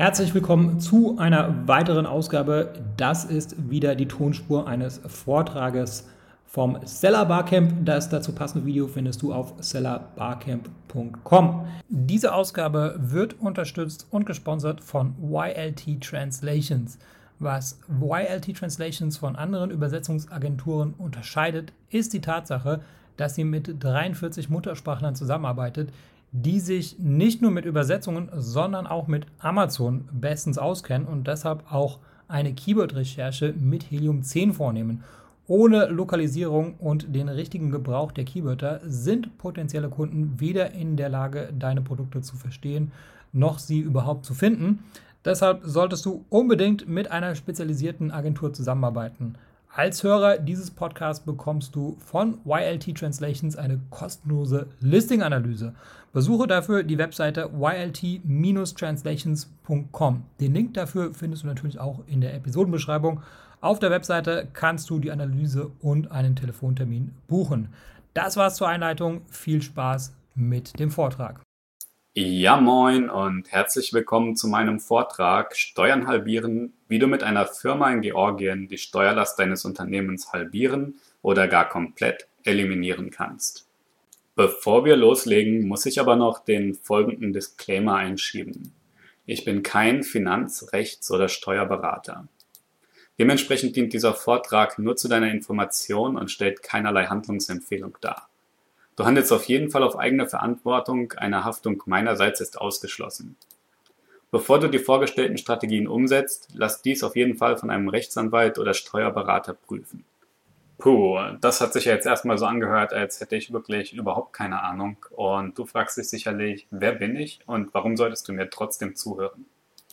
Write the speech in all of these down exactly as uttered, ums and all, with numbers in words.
Herzlich willkommen zu einer weiteren Ausgabe. Das ist wieder die Tonspur eines Vortrages vom Seller Barcamp. Das dazu passende Video findest du auf seller barcamp punkt com. Diese Ausgabe wird unterstützt und gesponsert von Y L T Translations. Was Y L T Translations von anderen Übersetzungsagenturen unterscheidet, ist die Tatsache, dass sie mit dreiundvierzig Muttersprachlern zusammenarbeitet, die sich nicht nur mit Übersetzungen, sondern auch mit Amazon bestens auskennen und deshalb auch eine Keyword-Recherche mit Helium zehn vornehmen. Ohne Lokalisierung und den richtigen Gebrauch der Keywörter sind potenzielle Kunden weder in der Lage, deine Produkte zu verstehen, noch sie überhaupt zu finden. Deshalb solltest du unbedingt mit einer spezialisierten Agentur zusammenarbeiten. Als Hörer dieses Podcasts bekommst du von Y L T Translations eine kostenlose Listing-Analyse. Besuche dafür die Webseite y l t dash translations punkt com. Den Link dafür findest du natürlich auch in der Episodenbeschreibung. Auf der Webseite kannst du die Analyse und einen Telefontermin buchen. Das war's zur Einleitung. Viel Spaß mit dem Vortrag. Ja, moin und herzlich willkommen zu meinem Vortrag Steuern halbieren, wie du mit einer Firma in Georgien die Steuerlast deines Unternehmens halbieren oder gar komplett eliminieren kannst. Bevor wir loslegen, muss ich aber noch den folgenden Disclaimer einschieben. Ich bin kein Finanz-, Rechts- oder Steuerberater. Dementsprechend dient dieser Vortrag nur zu deiner Information und stellt keinerlei Handlungsempfehlung dar. Du handelst auf jeden Fall auf eigene Verantwortung, eine Haftung meinerseits ist ausgeschlossen. Bevor du die vorgestellten Strategien umsetzt, lass dies auf jeden Fall von einem Rechtsanwalt oder Steuerberater prüfen. Puh, das hat sich ja jetzt erstmal so angehört, als hätte ich wirklich überhaupt keine Ahnung. Und du fragst dich sicherlich, wer bin ich und warum solltest du mir trotzdem zuhören?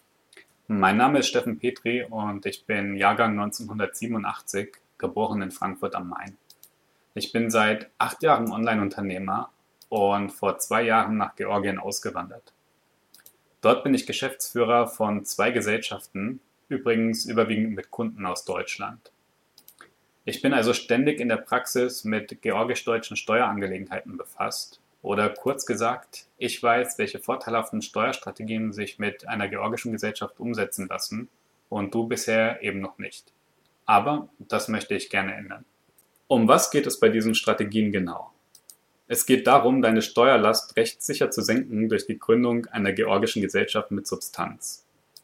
Mein Name ist Steffen Petri und ich bin Jahrgang neunzehnhundertsiebenundachtzig, geboren in Frankfurt am Main. Ich bin seit acht Jahren Online-Unternehmer und vor zwei Jahren nach Georgien ausgewandert. Dort bin ich Geschäftsführer von zwei Gesellschaften, übrigens überwiegend mit Kunden aus Deutschland. Ich bin also ständig in der Praxis mit georgisch-deutschen Steuerangelegenheiten befasst oder kurz gesagt, ich weiß, welche vorteilhaften Steuerstrategien sich mit einer georgischen Gesellschaft umsetzen lassen und du bisher eben noch nicht. Aber das möchte ich gerne ändern. Um was geht es bei diesen Strategien genau? Es geht darum, deine Steuerlast rechtssicher zu senken durch die Gründung einer georgischen Gesellschaft mit Substanz.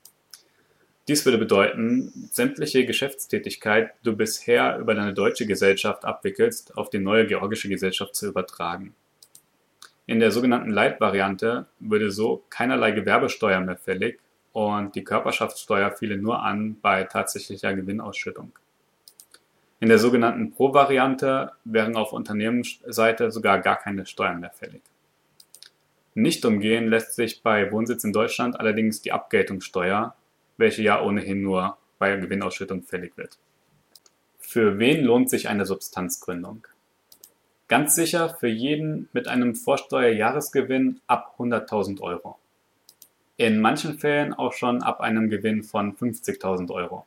Dies würde bedeuten, sämtliche Geschäftstätigkeit, die du bisher über deine deutsche Gesellschaft abwickelst, auf die neue georgische Gesellschaft zu übertragen. In der sogenannten Light-Variante würde so keinerlei Gewerbesteuer mehr fällig und die Körperschaftssteuer fiele nur an bei tatsächlicher Gewinnausschüttung. In der sogenannten Pro-Variante wären auf Unternehmensseite sogar gar keine Steuern mehr fällig. Nicht umgehen lässt sich bei Wohnsitz in Deutschland allerdings die Abgeltungssteuer, welche ja ohnehin nur bei Gewinnausschüttung fällig wird. Für wen lohnt sich eine Substanzgründung? Ganz sicher für jeden mit einem Vorsteuerjahresgewinn ab hunderttausend Euro. In manchen Fällen auch schon ab einem Gewinn von fünfzigtausend Euro.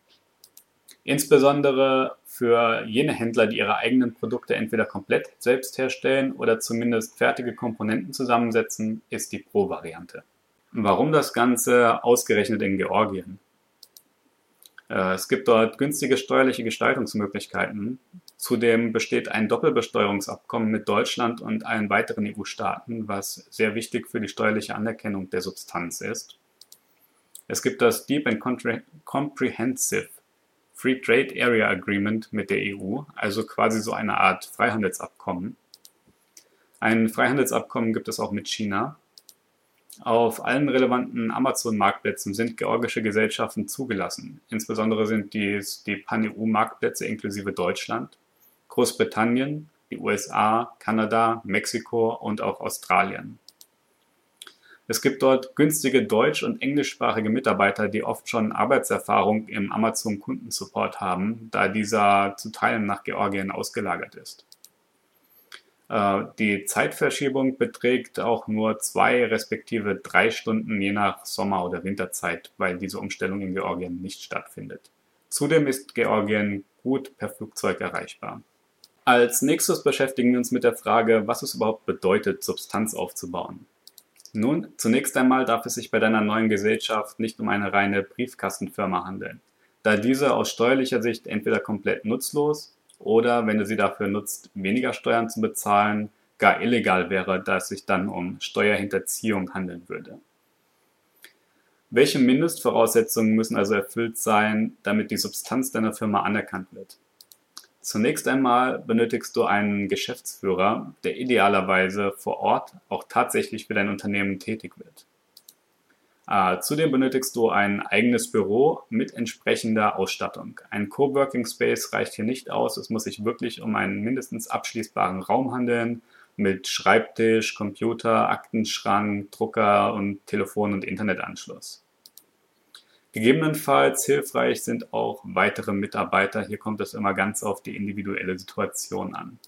Insbesondere für jene Händler, die ihre eigenen Produkte entweder komplett selbst herstellen oder zumindest fertige Komponenten zusammensetzen, ist die Pro-Variante. Warum das Ganze ausgerechnet in Georgien? Es gibt dort günstige steuerliche Gestaltungsmöglichkeiten. Zudem besteht ein Doppelbesteuerungsabkommen mit Deutschland und allen weiteren E U-Staaten, was sehr wichtig für die steuerliche Anerkennung der Substanz ist. Es gibt das Deep and Comprehensive Free Trade Area Agreement mit der E U, also quasi so eine Art Freihandelsabkommen. Ein Freihandelsabkommen gibt es auch mit China. Auf allen relevanten Amazon-Marktplätzen sind georgische Gesellschaften zugelassen. Insbesondere sind dies die Pan-E U-Marktplätze inklusive Deutschland, Großbritannien, die U S A, Kanada, Mexiko und auch Australien. Es gibt dort günstige deutsch- und englischsprachige Mitarbeiter, die oft schon Arbeitserfahrung im Amazon-Kundensupport haben, da dieser zu Teilen nach Georgien ausgelagert ist. Die Zeitverschiebung beträgt auch nur zwei respektive drei Stunden je nach Sommer- oder Winterzeit, weil diese Umstellung in Georgien nicht stattfindet. Zudem ist Georgien gut per Flugzeug erreichbar. Als nächstes beschäftigen wir uns mit der Frage, was es überhaupt bedeutet, Substanz aufzubauen. Nun, zunächst einmal darf es sich bei deiner neuen Gesellschaft nicht um eine reine Briefkastenfirma handeln, da diese aus steuerlicher Sicht entweder komplett nutzlos oder, wenn du sie dafür nutzt, weniger Steuern zu bezahlen, gar illegal wäre, da es sich dann um Steuerhinterziehung handeln würde. Welche Mindestvoraussetzungen müssen also erfüllt sein, damit die Substanz deiner Firma anerkannt wird? Zunächst einmal benötigst du einen Geschäftsführer, der idealerweise vor Ort auch tatsächlich für dein Unternehmen tätig wird. Äh, zudem benötigst du ein eigenes Büro mit entsprechender Ausstattung. Ein Coworking Space reicht hier nicht aus, es muss sich wirklich um einen mindestens abschließbaren Raum handeln mit Schreibtisch, Computer, Aktenschrank, Drucker und Telefon- und Internetanschluss. Gegebenenfalls hilfreich sind auch weitere Mitarbeiter. Hier kommt es immer ganz auf die individuelle Situation an.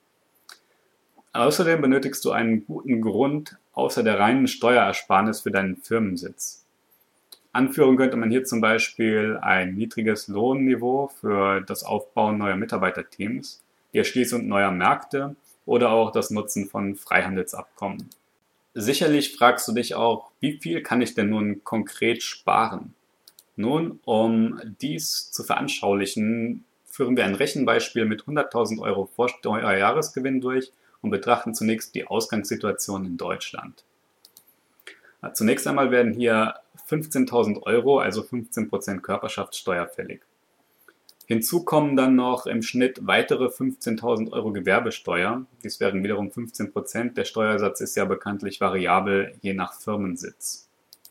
Außerdem benötigst du einen guten Grund außer der reinen Steuerersparnis für deinen Firmensitz. Anführen könnte man hier zum Beispiel ein niedriges Lohnniveau für das Aufbauen neuer Mitarbeiterteams, die Erschließung neuer Märkte oder auch das Nutzen von Freihandelsabkommen. Sicherlich fragst du dich auch, wie viel kann ich denn nun konkret sparen? Nun, um dies zu veranschaulichen, führen wir ein Rechenbeispiel mit hunderttausend Euro Vorsteuerjahresgewinn durch und betrachten zunächst die Ausgangssituation in Deutschland. Zunächst einmal werden hier fünfzehntausend Euro, also fünfzehn Prozent Körperschaftssteuer fällig. Hinzu kommen dann noch im Schnitt weitere fünfzehntausend Euro Gewerbesteuer. Dies wären wiederum fünfzehn Prozent. Der Steuersatz ist ja bekanntlich variabel, je nach Firmensitz.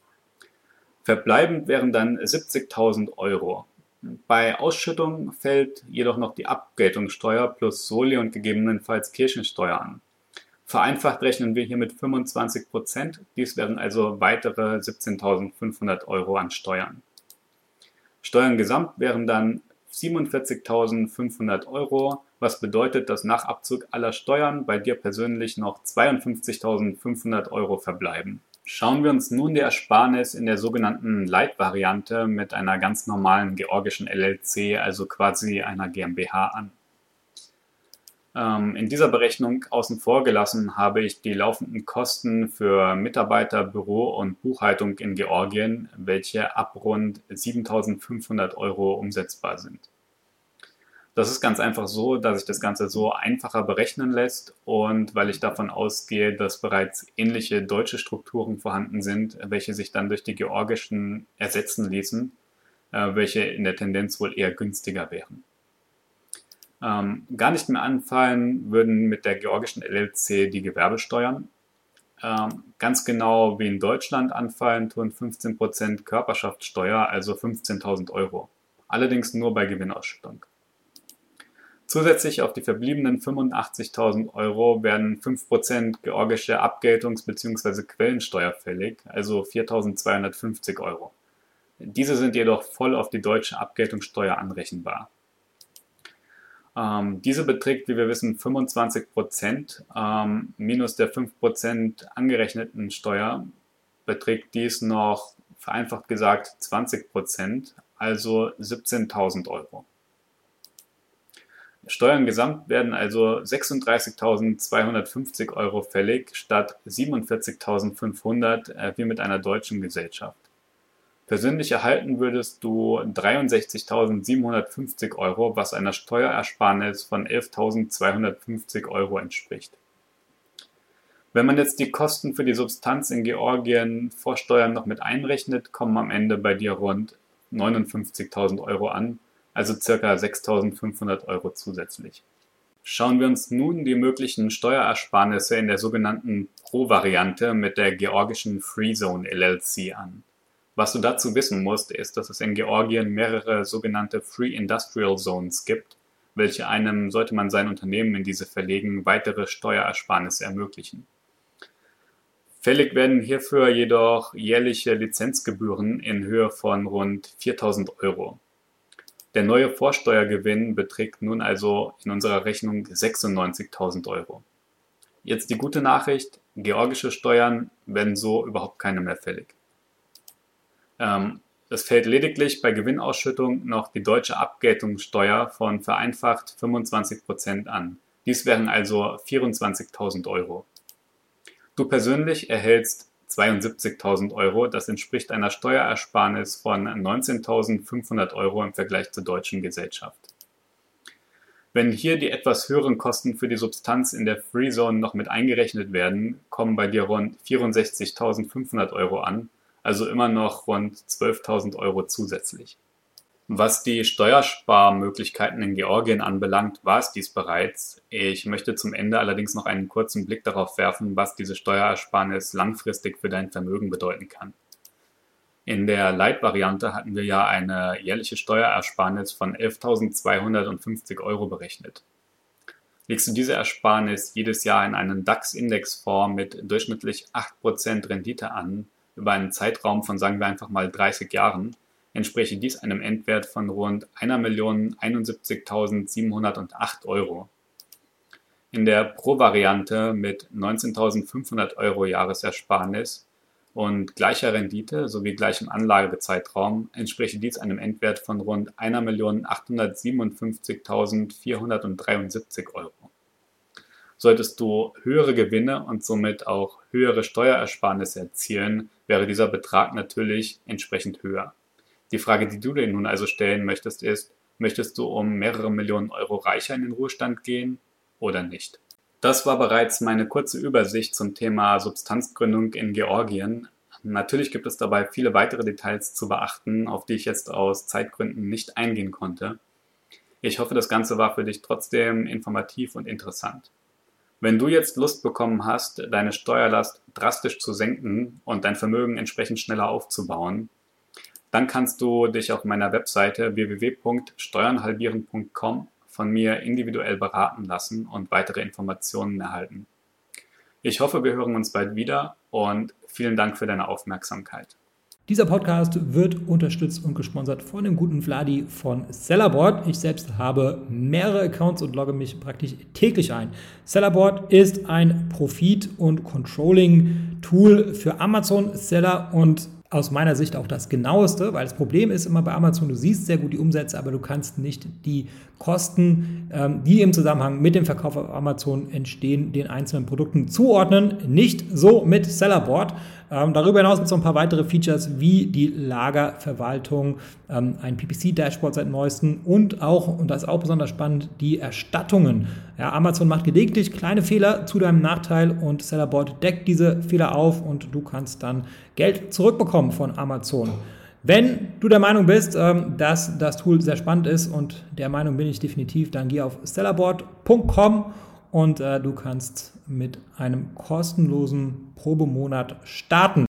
Verbleibend wären dann siebzigtausend Euro. Bei Ausschüttung fällt jedoch noch die Abgeltungssteuer plus Soli und gegebenenfalls Kirchensteuer an. Vereinfacht rechnen wir hier mit fünfundzwanzig Prozent. Dies wären also weitere siebzehntausendfünfhundert Euro an Steuern. Steuern gesamt wären dann siebenundvierzigtausendfünfhundert Euro, was bedeutet, dass nach Abzug aller Steuern bei dir persönlich noch zweiundfünfzigtausendfünfhundert Euro verbleiben. Schauen wir uns nun die Ersparnis in der sogenannten Light-Variante mit einer ganz normalen georgischen L L C, also quasi einer GmbH an. Ähm, in dieser Berechnung außen vor gelassen habe ich die laufenden Kosten für Mitarbeiter, Büro und Buchhaltung in Georgien, welche ab rund siebentausendfünfhundert Euro umsetzbar sind. Das ist ganz einfach so, dass sich das Ganze so einfacher berechnen lässt und weil ich davon ausgehe, dass bereits ähnliche deutsche Strukturen vorhanden sind, welche sich dann durch die georgischen ersetzen ließen, äh, welche in der Tendenz wohl eher günstiger wären. Ähm, gar nicht mehr anfallen würden mit der georgischen L L C die Gewerbesteuern. Ähm, ganz genau wie in Deutschland anfallen tun fünfzehn Prozent Körperschaftssteuer, also fünfzehntausend Euro. Allerdings nur bei Gewinnausschüttung. Zusätzlich auf die verbliebenen fünfundachtzigtausend Euro werden fünf Prozent georgische Abgeltungs- bzw. Quellensteuer fällig, also viertausendzweihundertfünfzig Euro. Diese sind jedoch voll auf die deutsche Abgeltungssteuer anrechenbar. Ähm, diese beträgt, wie wir wissen, fünfundzwanzig Prozent ähm, minus der fünf Prozent angerechneten Steuer beträgt dies noch, vereinfacht gesagt, zwanzig Prozent, also siebzehntausend Euro. Steuern gesamt werden also sechsunddreißigtausendzweihundertfünfzig Euro fällig statt siebenundvierzigtausendfünfhundert äh, wie mit einer deutschen Gesellschaft. Persönlich erhalten würdest du dreiundsechzigtausendsiebenhundertfünfzig Euro, was einer Steuerersparnis von elftausendzweihundertfünfzig Euro entspricht. Wenn man jetzt die Kosten für die Substanz in Georgien vor Steuern noch mit einrechnet, kommen am Ende bei dir rund neunundfünfzigtausend Euro an, also ca. sechstausendfünfhundert Euro zusätzlich. Schauen wir uns nun die möglichen Steuerersparnisse in der sogenannten Pro-Variante mit der georgischen Free Zone L L C an. Was du dazu wissen musst, ist, dass es in Georgien mehrere sogenannte Free Industrial Zones gibt, welche einem, sollte man sein Unternehmen in diese verlegen, weitere Steuerersparnisse ermöglichen. Fällig werden hierfür jedoch jährliche Lizenzgebühren in Höhe von rund viertausend Euro. Der neue Vorsteuergewinn beträgt nun also in unserer Rechnung sechsundneunzigtausend Euro. Jetzt die gute Nachricht, georgische Steuern werden so überhaupt keine mehr fällig. Ähm, es fällt lediglich bei Gewinnausschüttung noch die deutsche Abgeltungssteuer von vereinfacht fünfundzwanzig Prozent an. Dies wären also vierundzwanzigtausend Euro. Du persönlich erhältst zweiundsiebzigtausend Euro. Das entspricht einer Steuerersparnis von neunzehntausendfünfhundert Euro im Vergleich zur deutschen Gesellschaft. Wenn hier die etwas höheren Kosten für die Substanz in der Free Zone noch mit eingerechnet werden, kommen bei dir rund vierundsechzigtausendfünfhundert Euro an, also immer noch rund zwölftausend Euro zusätzlich. Was die Steuersparmöglichkeiten in Georgien anbelangt, war es dies bereits. Ich möchte zum Ende allerdings noch einen kurzen Blick darauf werfen, was diese Steuerersparnis langfristig für dein Vermögen bedeuten kann. In der Light-Variante hatten wir ja eine jährliche Steuerersparnis von elftausendzweihundertfünfzig Euro berechnet. Legst du diese Ersparnis jedes Jahr in einen DAX-Indexfonds mit durchschnittlich acht Prozent Rendite an, über einen Zeitraum von sagen wir einfach mal dreißig Jahren, entspräche dies einem Endwert von rund eine Million einundsiebzigtausendsiebenhundertacht Euro. In der Pro-Variante mit neunzehntausendfünfhundert Euro Jahresersparnis und gleicher Rendite sowie gleichem Anlagezeitraum entspräche dies einem Endwert von rund eine Million achthundertsiebenundfünfzigtausendvierhundertdreiundsiebzig Euro. Solltest du höhere Gewinne und somit auch höhere Steuerersparnisse erzielen, wäre dieser Betrag natürlich entsprechend höher. Die Frage, die du dir nun also stellen möchtest, ist, möchtest du um mehrere Millionen Euro reicher in den Ruhestand gehen oder nicht? Das war bereits meine kurze Übersicht zum Thema Substanzgründung in Georgien. Natürlich gibt es dabei viele weitere Details zu beachten, auf die ich jetzt aus Zeitgründen nicht eingehen konnte. Ich hoffe, das Ganze war für dich trotzdem informativ und interessant. Wenn du jetzt Lust bekommen hast, deine Steuerlast drastisch zu senken und dein Vermögen entsprechend schneller aufzubauen, dann kannst du dich auf meiner Webseite w w w punkt steuern halbieren punkt com von mir individuell beraten lassen und weitere Informationen erhalten. Ich hoffe, wir hören uns bald wieder und vielen Dank für deine Aufmerksamkeit. Dieser Podcast wird unterstützt und gesponsert von dem guten Vladi von Sellerboard. Ich selbst habe mehrere Accounts und logge mich praktisch täglich ein. Sellerboard ist ein Profit- und Controlling-Tool für Amazon-Seller und aus meiner Sicht auch das genaueste, weil das Problem ist immer bei Amazon, du siehst sehr gut die Umsätze, aber du kannst nicht die Kosten, ähm, die im Zusammenhang mit dem Verkauf auf Amazon entstehen, den einzelnen Produkten zuordnen. Nicht so mit Sellerboard. Ähm, darüber hinaus gibt es noch ein paar weitere Features wie die Lagerverwaltung, ähm, ein P P C-Dashboard seit neuestem und auch, und das ist auch besonders spannend, die Erstattungen. Ja, Amazon macht gelegentlich kleine Fehler zu deinem Nachteil und Sellerboard deckt diese Fehler auf und du kannst dann Geld zurückbekommen von Amazon. Wenn du der Meinung bist, dass das Tool sehr spannend ist und der Meinung bin ich definitiv, dann geh auf sellerboard punkt com und du kannst mit einem kostenlosen Probemonat starten.